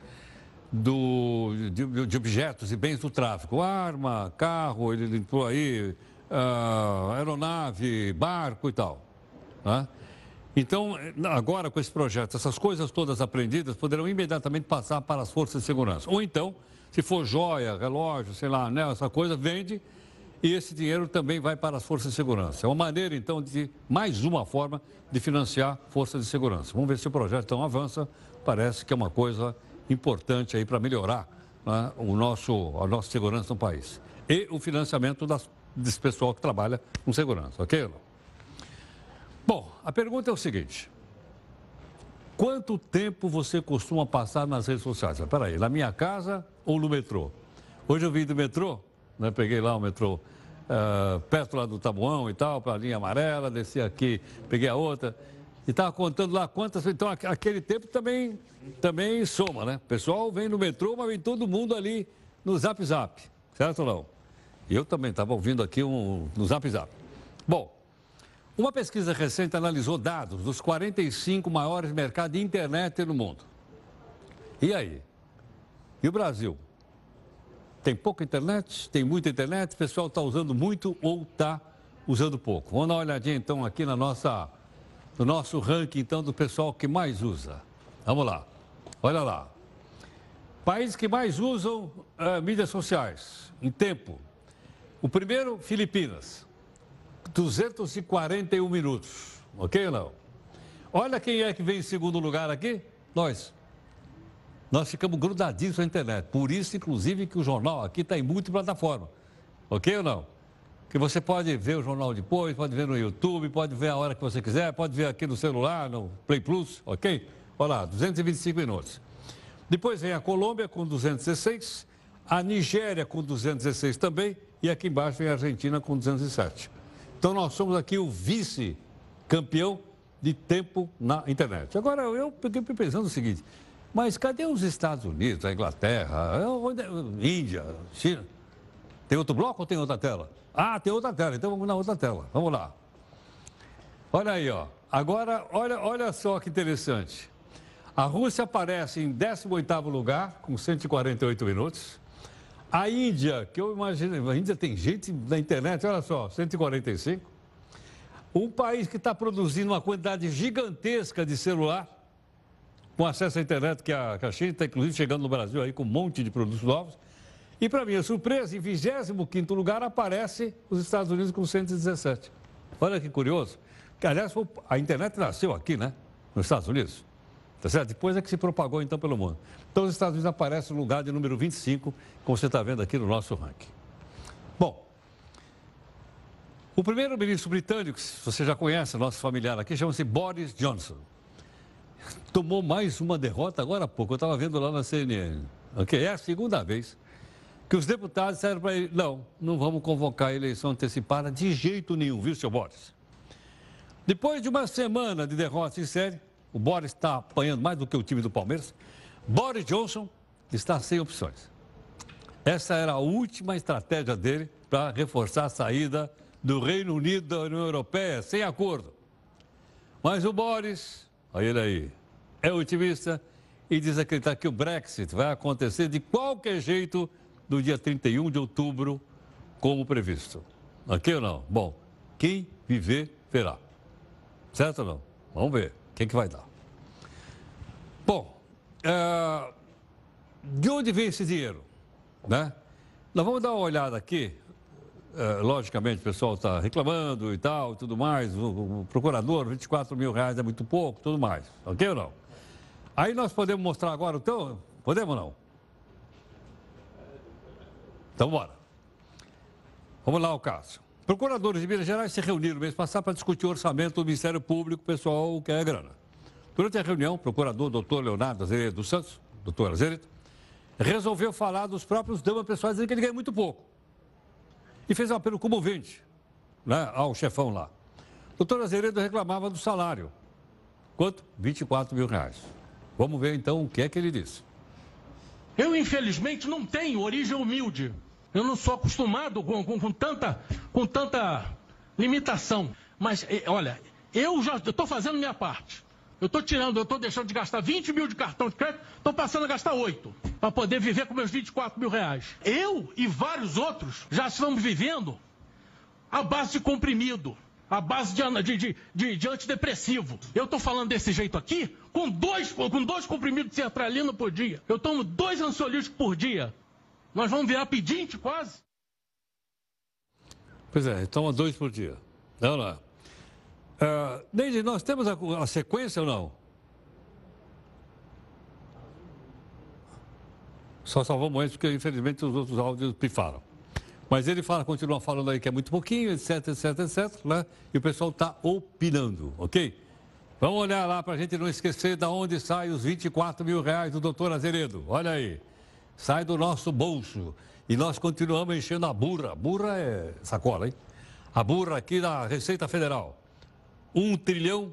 de objetos e bens do tráfico. Arma, carro, ele limpou aí, aeronave, barco e tal. Né? Então, agora com esse projeto, essas coisas todas apreendidas poderão imediatamente passar para as forças de segurança. Ou então, se for joia, relógio, sei lá, né, essa coisa, vende e esse dinheiro também vai para as forças de segurança. É uma maneira, então, mais uma forma de financiar forças de segurança. Vamos ver se o projeto, então, avança. Parece que é uma coisa importante aí para melhorar, né, a nossa segurança no país. E o financiamento desse pessoal que trabalha com segurança, ok? Bom, a pergunta é o seguinte. Quanto tempo você costuma passar nas redes sociais? Espera aí, na minha casa ou no metrô? Hoje eu vim do metrô, né, peguei lá o metrô perto lá do Taboão e tal, para a linha amarela, desci aqui, peguei a outra e estava contando lá quantas... Então, aquele tempo também soma, né? O pessoal vem no metrô, mas vem todo mundo ali no Zap Zap, certo ou não? E eu também estava ouvindo aqui no Zap Zap. Bom, uma pesquisa recente analisou dados dos 45 maiores mercados de internet no mundo. E aí? E o Brasil? Tem pouca internet? Tem muita internet? O pessoal está usando muito ou está usando pouco? Vamos dar uma olhadinha então aqui no nosso ranking então do pessoal que mais usa. Vamos lá. Olha lá. Países que mais usam mídias sociais em tempo. O primeiro, Filipinas. 241 minutos. Ok ou não? Olha quem é que vem em segundo lugar aqui. Nós ficamos grudadinhos na internet. Por isso, inclusive, que o jornal aqui está em multiplataforma. Ok ou não? Que você pode ver o jornal depois, pode ver no YouTube, pode ver a hora que você quiser, pode ver aqui no celular, no Play Plus, ok? Olha lá, 225 minutos. Depois vem a Colômbia com 216, a Nigéria com 216 também, e aqui embaixo vem a Argentina com 207. Então, nós somos aqui o vice-campeão de tempo na internet. Agora, eu fiquei pensando o seguinte, mas cadê os Estados Unidos, a Inglaterra, Índia, China? Tem outro bloco ou tem outra tela? Ah, tem outra tela, então vamos na outra tela. Vamos lá. Olha aí, ó. Agora, olha só que interessante. A Rússia aparece em 18º lugar, com 148 minutos. A Índia, que eu imagino, a Índia tem gente na internet, olha só, 145. Um país que está produzindo uma quantidade gigantesca de celular, com acesso à internet, que a China está inclusive chegando no Brasil aí com um monte de produtos novos. E para minha surpresa, em 25º lugar aparece os Estados Unidos com 117. Olha que curioso. Que, aliás, a internet nasceu aqui, né? Nos Estados Unidos. Tá certo? Depois é que se propagou, então, pelo mundo. Então, os Estados Unidos aparecem no lugar de número 25, como você está vendo aqui no nosso ranking. Bom, o primeiro-ministro britânico, você já conhece, nosso familiar aqui, chama-se Boris Johnson. Tomou mais uma derrota agora há pouco. Eu estava vendo lá na CNN. Okay? É a segunda vez que os deputados disseram para ele, não vamos convocar a eleição antecipada de jeito nenhum, viu, seu Boris? Depois de uma semana de derrota em série, o Boris está apanhando mais do que o time do Palmeiras. Boris Johnson está sem opções. Essa era a última estratégia dele para reforçar a saída do Reino Unido da União Europeia, sem acordo. Mas o Boris, olha ele aí, é otimista e diz acreditar que o Brexit vai acontecer de qualquer jeito no dia 31 de outubro, como previsto. Ok ou não? Bom, quem viver, verá. Certo ou não? Vamos ver. O que vai dar? Bom, de onde vem esse dinheiro? Né? Nós vamos dar uma olhada aqui. Logicamente, o pessoal está reclamando e tal, tudo mais. O procurador, 24 mil reais é muito pouco, tudo mais. Ok ou não? Aí nós podemos mostrar agora, então? Podemos ou não? Então, bora. Vamos lá o caso. Procuradores de Minas Gerais se reuniram no mês passado para discutir o orçamento do Ministério Público, o pessoal quer grana. Durante a reunião, o procurador doutor Leonardo Azeredo dos Santos, doutor Azeredo, resolveu falar dos próprios damas pessoais, dizendo que ele ganha muito pouco. E fez um apelo comovente, né, ao chefão lá. O doutor Azeredo reclamava do salário. Quanto? 24 mil reais. Vamos ver então o que é que ele disse. Eu, infelizmente, não tenho origem humilde. Eu não sou acostumado com tanta limitação. Mas, olha, eu já estou fazendo minha parte. Eu estou deixando de gastar 20 mil de cartão de crédito, estou passando a gastar 8, para poder viver com meus 24 mil reais. Eu e vários outros já estamos vivendo à base de comprimido, à base de antidepressivo. Eu estou falando desse jeito aqui, com dois comprimidos de sertralina por dia. Eu tomo 2 ansiolíticos por dia. Nós vamos virar pedinte quase. Pois é, toma 2 por dia. Não, não. Neide, nós temos a sequência ou não? Só salvamos esse porque, infelizmente, os outros áudios pifaram. Mas ele continua falando aí que é muito pouquinho, etc, né? E o pessoal está opinando, ok? Vamos olhar lá para a gente não esquecer de onde saem os 24 mil reais do doutor Azeredo. Olha aí. Sai do nosso bolso. E nós continuamos enchendo a burra. Burra é sacola, hein? A burra aqui da Receita Federal. 1 trilhão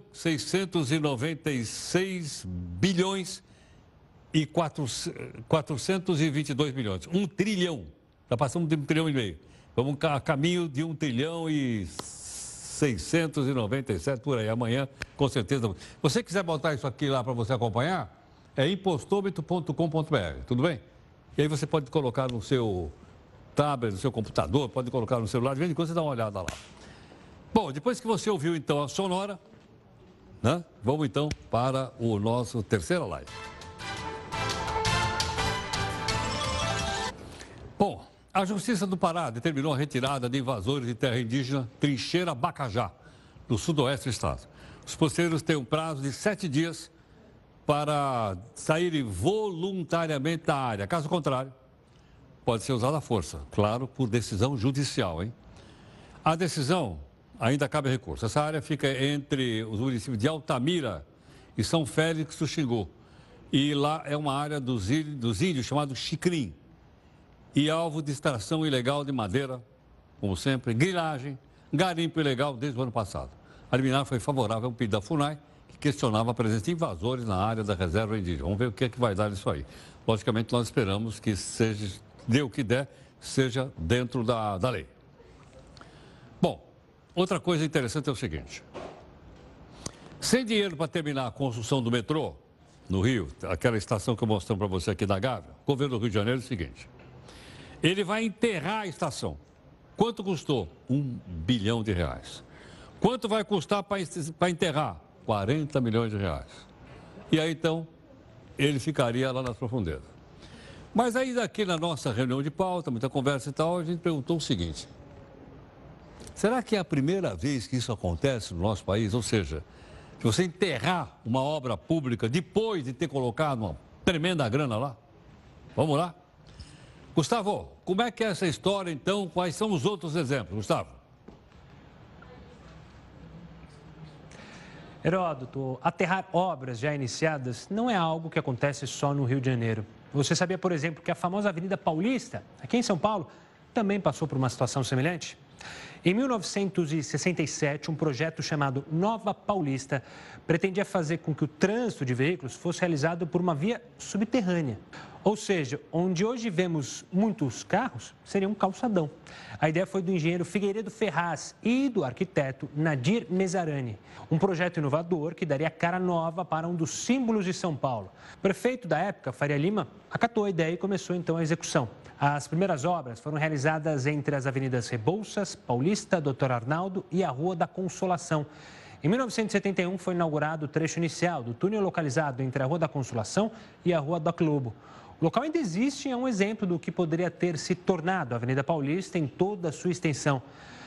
696 bilhões e 422 milhões. 1 trilhão. Já passamos de 1,5 trilhão. Vamos a caminho de 1 trilhão e 697 por aí. Amanhã, com certeza. Se você quiser botar isso aqui lá para você acompanhar, é impostômetro.com.br. Tudo bem? E aí você pode colocar no seu tablet, no seu computador, pode colocar no celular. De vez em quando você dá uma olhada lá. Bom, depois que você ouviu, então, a sonora, né? Vamos, então, para o nosso terceira live. Bom, a Justiça do Pará determinou a retirada de invasores de terra indígena Trincheira Bacajá, no sudoeste do estado. Os poceiros têm um prazo de 7 dias para saírem voluntariamente da área. Caso contrário, pode ser usada a força, claro, por decisão judicial, hein? A decisão ainda cabe recurso. Essa área fica entre os municípios de Altamira e São Félix do Xingu. E lá é uma área dos índios chamado Xicrim. E alvo de extração ilegal de madeira, como sempre, grilagem, garimpo ilegal desde o ano passado. A liminar foi favorável ao pedido da FUNAI, que questionava a presença de invasores na área da reserva indígena. Vamos ver o que é que vai dar isso aí. Logicamente, nós esperamos que seja, dê o que der, seja dentro da lei. Bom, outra coisa interessante é o seguinte. Sem dinheiro para terminar a construção do metrô no Rio, aquela estação que eu mostrei para você aqui da Gávea, o governo do Rio de Janeiro é o seguinte: ele vai enterrar a estação. Quanto custou? R$1 bilhão. Quanto vai custar para enterrar? R$40 milhões. E aí, então, ele ficaria lá nas profundezas. Mas aí, daqui na nossa reunião de pauta, muita conversa e tal, a gente perguntou o seguinte: será que é a primeira vez que isso acontece no nosso país? Ou seja, se você enterrar uma obra pública depois de ter colocado uma tremenda grana lá? Vamos lá? Gustavo, como é que é essa história, então? Quais são os outros exemplos, Gustavo? Heródoto, aterrar obras já iniciadas não é algo que acontece só no Rio de Janeiro. Você sabia, por exemplo, que a famosa Avenida Paulista, aqui em São Paulo, também passou por uma situação semelhante? Em 1967, um projeto chamado Nova Paulista pretendia fazer com que o trânsito de veículos fosse realizado por uma via subterrânea. Ou seja, onde hoje vemos muitos carros, seria um calçadão. A ideia foi do engenheiro Figueiredo Ferraz e do arquiteto Nadir Mezarani. Um projeto inovador que daria cara nova para um dos símbolos de São Paulo. O prefeito da época, Faria Lima, acatou a ideia e começou então a execução. As primeiras obras foram realizadas entre as avenidas Rebouças, Paulista, Doutor Arnaldo e a Rua da Consolação. Em 1971 foi inaugurado o trecho inicial do túnel localizado entre a Rua da Consolação e a Rua Doc Lobo. O local ainda existe e é um exemplo do que poderia ter se tornado a Avenida Paulista em toda a sua extensão.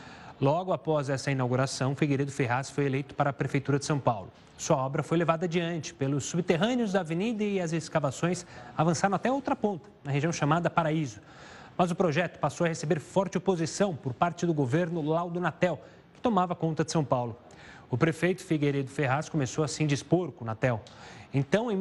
Logo após essa inauguração, Figueiredo Ferraz foi eleito para a Prefeitura de São Paulo. Sua obra foi levada adiante pelos subterrâneos da avenida e as escavações avançaram até outra ponta, na região chamada Paraíso. Mas o projeto passou a receber forte oposição por parte do governo Laudo Natel, que tomava conta de São Paulo. O prefeito Figueiredo Ferraz começou a se indispor com o Natel. Então, em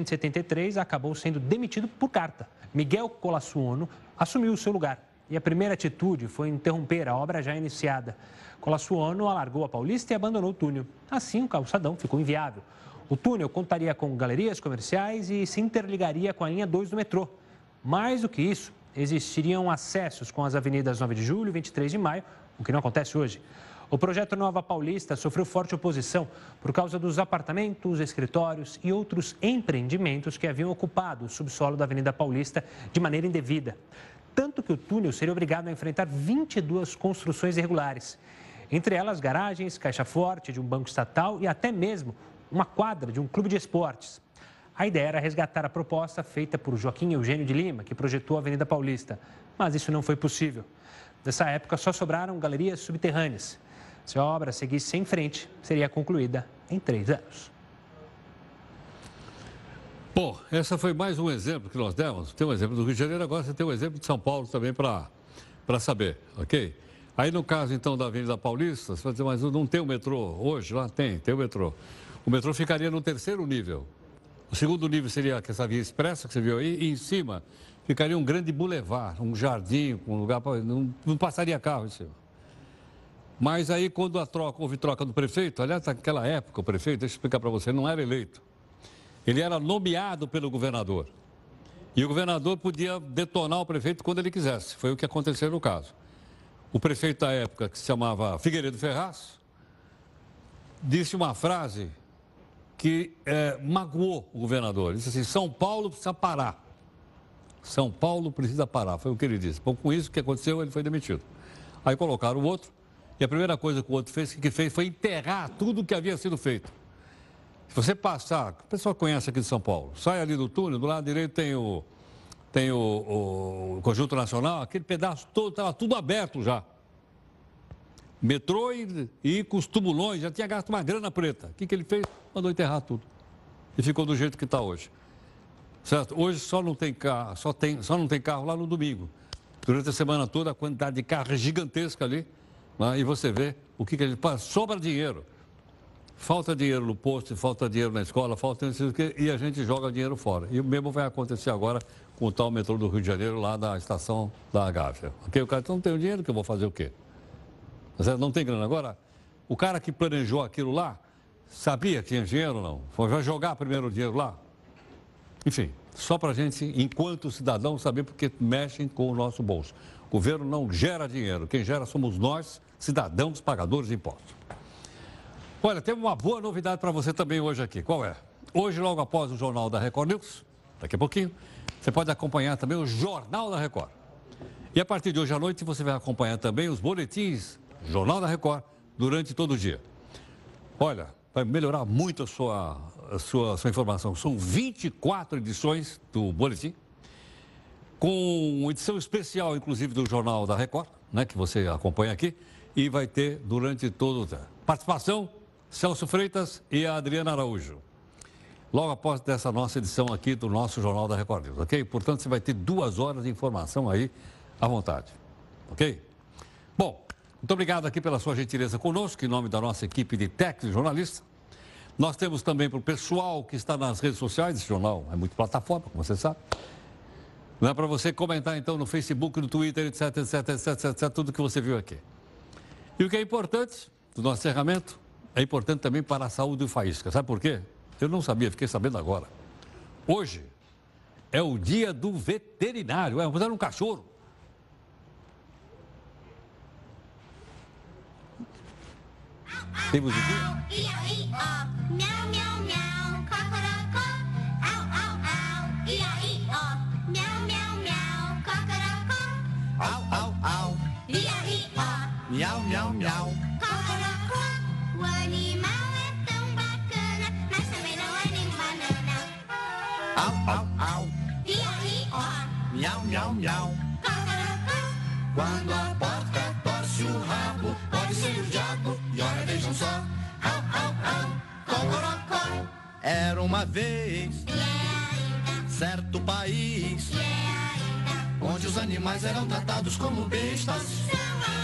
1973, acabou sendo demitido por carta. Miguel Colassuono assumiu o seu lugar. E a primeira atitude foi interromper a obra já iniciada. Colassuono alargou a Paulista e abandonou o túnel. Assim, o calçadão ficou inviável. O túnel contaria com galerias comerciais e se interligaria com a linha 2 do metrô. Mais do que isso, existiriam acessos com as avenidas 9 de Julho e 23 de Maio, o que não acontece hoje. O projeto Nova Paulista sofreu forte oposição por causa dos apartamentos, escritórios e outros empreendimentos que haviam ocupado o subsolo da Avenida Paulista de maneira indevida. Tanto que o túnel seria obrigado a enfrentar 22 construções irregulares. Entre elas, garagens, caixa forte de um banco estatal e até mesmo uma quadra de um clube de esportes. A ideia era resgatar a proposta feita por Joaquim Eugênio de Lima, que projetou a Avenida Paulista. Mas isso não foi possível. Nessa época, só sobraram galerias subterrâneas. Se a obra seguisse em frente, seria concluída em 3 anos. Bom, essa foi mais um exemplo que nós demos. Tem um exemplo do Rio de Janeiro, agora você tem um exemplo de São Paulo também para saber, ok? Aí no caso então da Avenida Paulista, você vai dizer, mas não tem o metrô hoje? Lá tem o metrô. O metrô ficaria no 3º nível. O 2º nível seria essa via expressa que você viu aí, e em cima ficaria um grande bulevar, um jardim, um lugar para... Não passaria carro em cima. Mas aí quando houve troca do prefeito, aliás, naquela época o prefeito, deixa eu explicar para você, não era eleito. Ele era nomeado pelo governador. E o governador podia detonar o prefeito quando ele quisesse. Foi o que aconteceu no caso. O prefeito da época, que se chamava Figueiredo Ferraz, disse uma frase que magoou o governador. Ele disse assim, São Paulo precisa parar. São Paulo precisa parar, foi o que ele disse. Bom, com isso, o que aconteceu? Ele foi demitido. Aí colocaram o outro, e a primeira coisa que o outro fez, foi enterrar tudo o que havia sido feito. Se você passar, o pessoal conhece aqui de São Paulo, sai ali do túnel, do lado direito tem o Conjunto Nacional, aquele pedaço todo, estava tudo aberto já. Metrô e com os tumulões, já tinha gasto uma grana preta. O que ele fez? Mandou enterrar tudo. E ficou do jeito que está hoje. Certo? Hoje só não tem carro, só não tem carro lá no domingo. Durante a semana toda, a quantidade de carro é gigantesca ali. Né? E você vê o que ele faz. Sobra dinheiro. Falta dinheiro no posto, falta dinheiro na escola, falta e a gente joga dinheiro fora. E o mesmo vai acontecer agora com o tal metrô do Rio de Janeiro, lá da estação da Gávea. Okay? O cara então, não tem o dinheiro, que eu vou fazer o quê? Não tem grana. Agora, o cara que planejou aquilo lá, sabia que tinha dinheiro ou não? Vai jogar primeiro o dinheiro lá? Enfim, só para a gente, enquanto cidadão, saber porque mexem com o nosso bolso. O governo não gera dinheiro. Quem gera somos nós, cidadãos, pagadores de impostos. Olha, temos uma boa novidade para você também hoje aqui. Qual é? Hoje, logo após o Jornal da Record News, daqui a pouquinho, você pode acompanhar também o Jornal da Record. E a partir de hoje à noite, você vai acompanhar também os boletins Jornal da Record durante todo o dia. Olha, vai melhorar muito a sua informação. São 24 edições do boletim, com edição especial, inclusive, do Jornal da Record, né, que você acompanha aqui, e vai ter durante todo o tempo. Participação, Celso Freitas e a Adriana Araújo. Logo após dessa nossa edição aqui do nosso Jornal da Record News, ok? Portanto, você vai ter 2 horas de informação aí à vontade, ok? Bom, muito obrigado aqui pela sua gentileza conosco, em nome da nossa equipe de técnicos e jornalistas. Nós temos também para o pessoal que está nas redes sociais, esse jornal é muito plataforma, como você sabe. Não é para você comentar, então, no Facebook, no Twitter, etc, tudo que você viu aqui. E o que é importante do nosso encerramento, é importante também para a saúde do Faísca. Sabe por quê? Eu não sabia, fiquei sabendo agora. Hoje é o dia do veterinário. Vamos dar um cachorro. Tem musiquinha? Miau, miau, miau, cocorocó. Au, au, au, ia-i-ó. Miau, miau, miau, cocorocó. Au, au, au, Ia-i-ó. miau, miau, miau. Cocorocó. O animal é tão bacana, mas também não é nem banana. Au, au, au, Ia-i-ó. miau, miau, miau. Cocorocó. Quando a porca torce o rabo, pode ser o diabo, e olha, vejam só. Au, au, au, cocorocó. Era uma vez, certo país, onde os animais eram tratados como bestas. São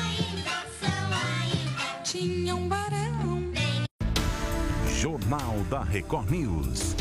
ainda. Tinha um barão. Jornal da Record News.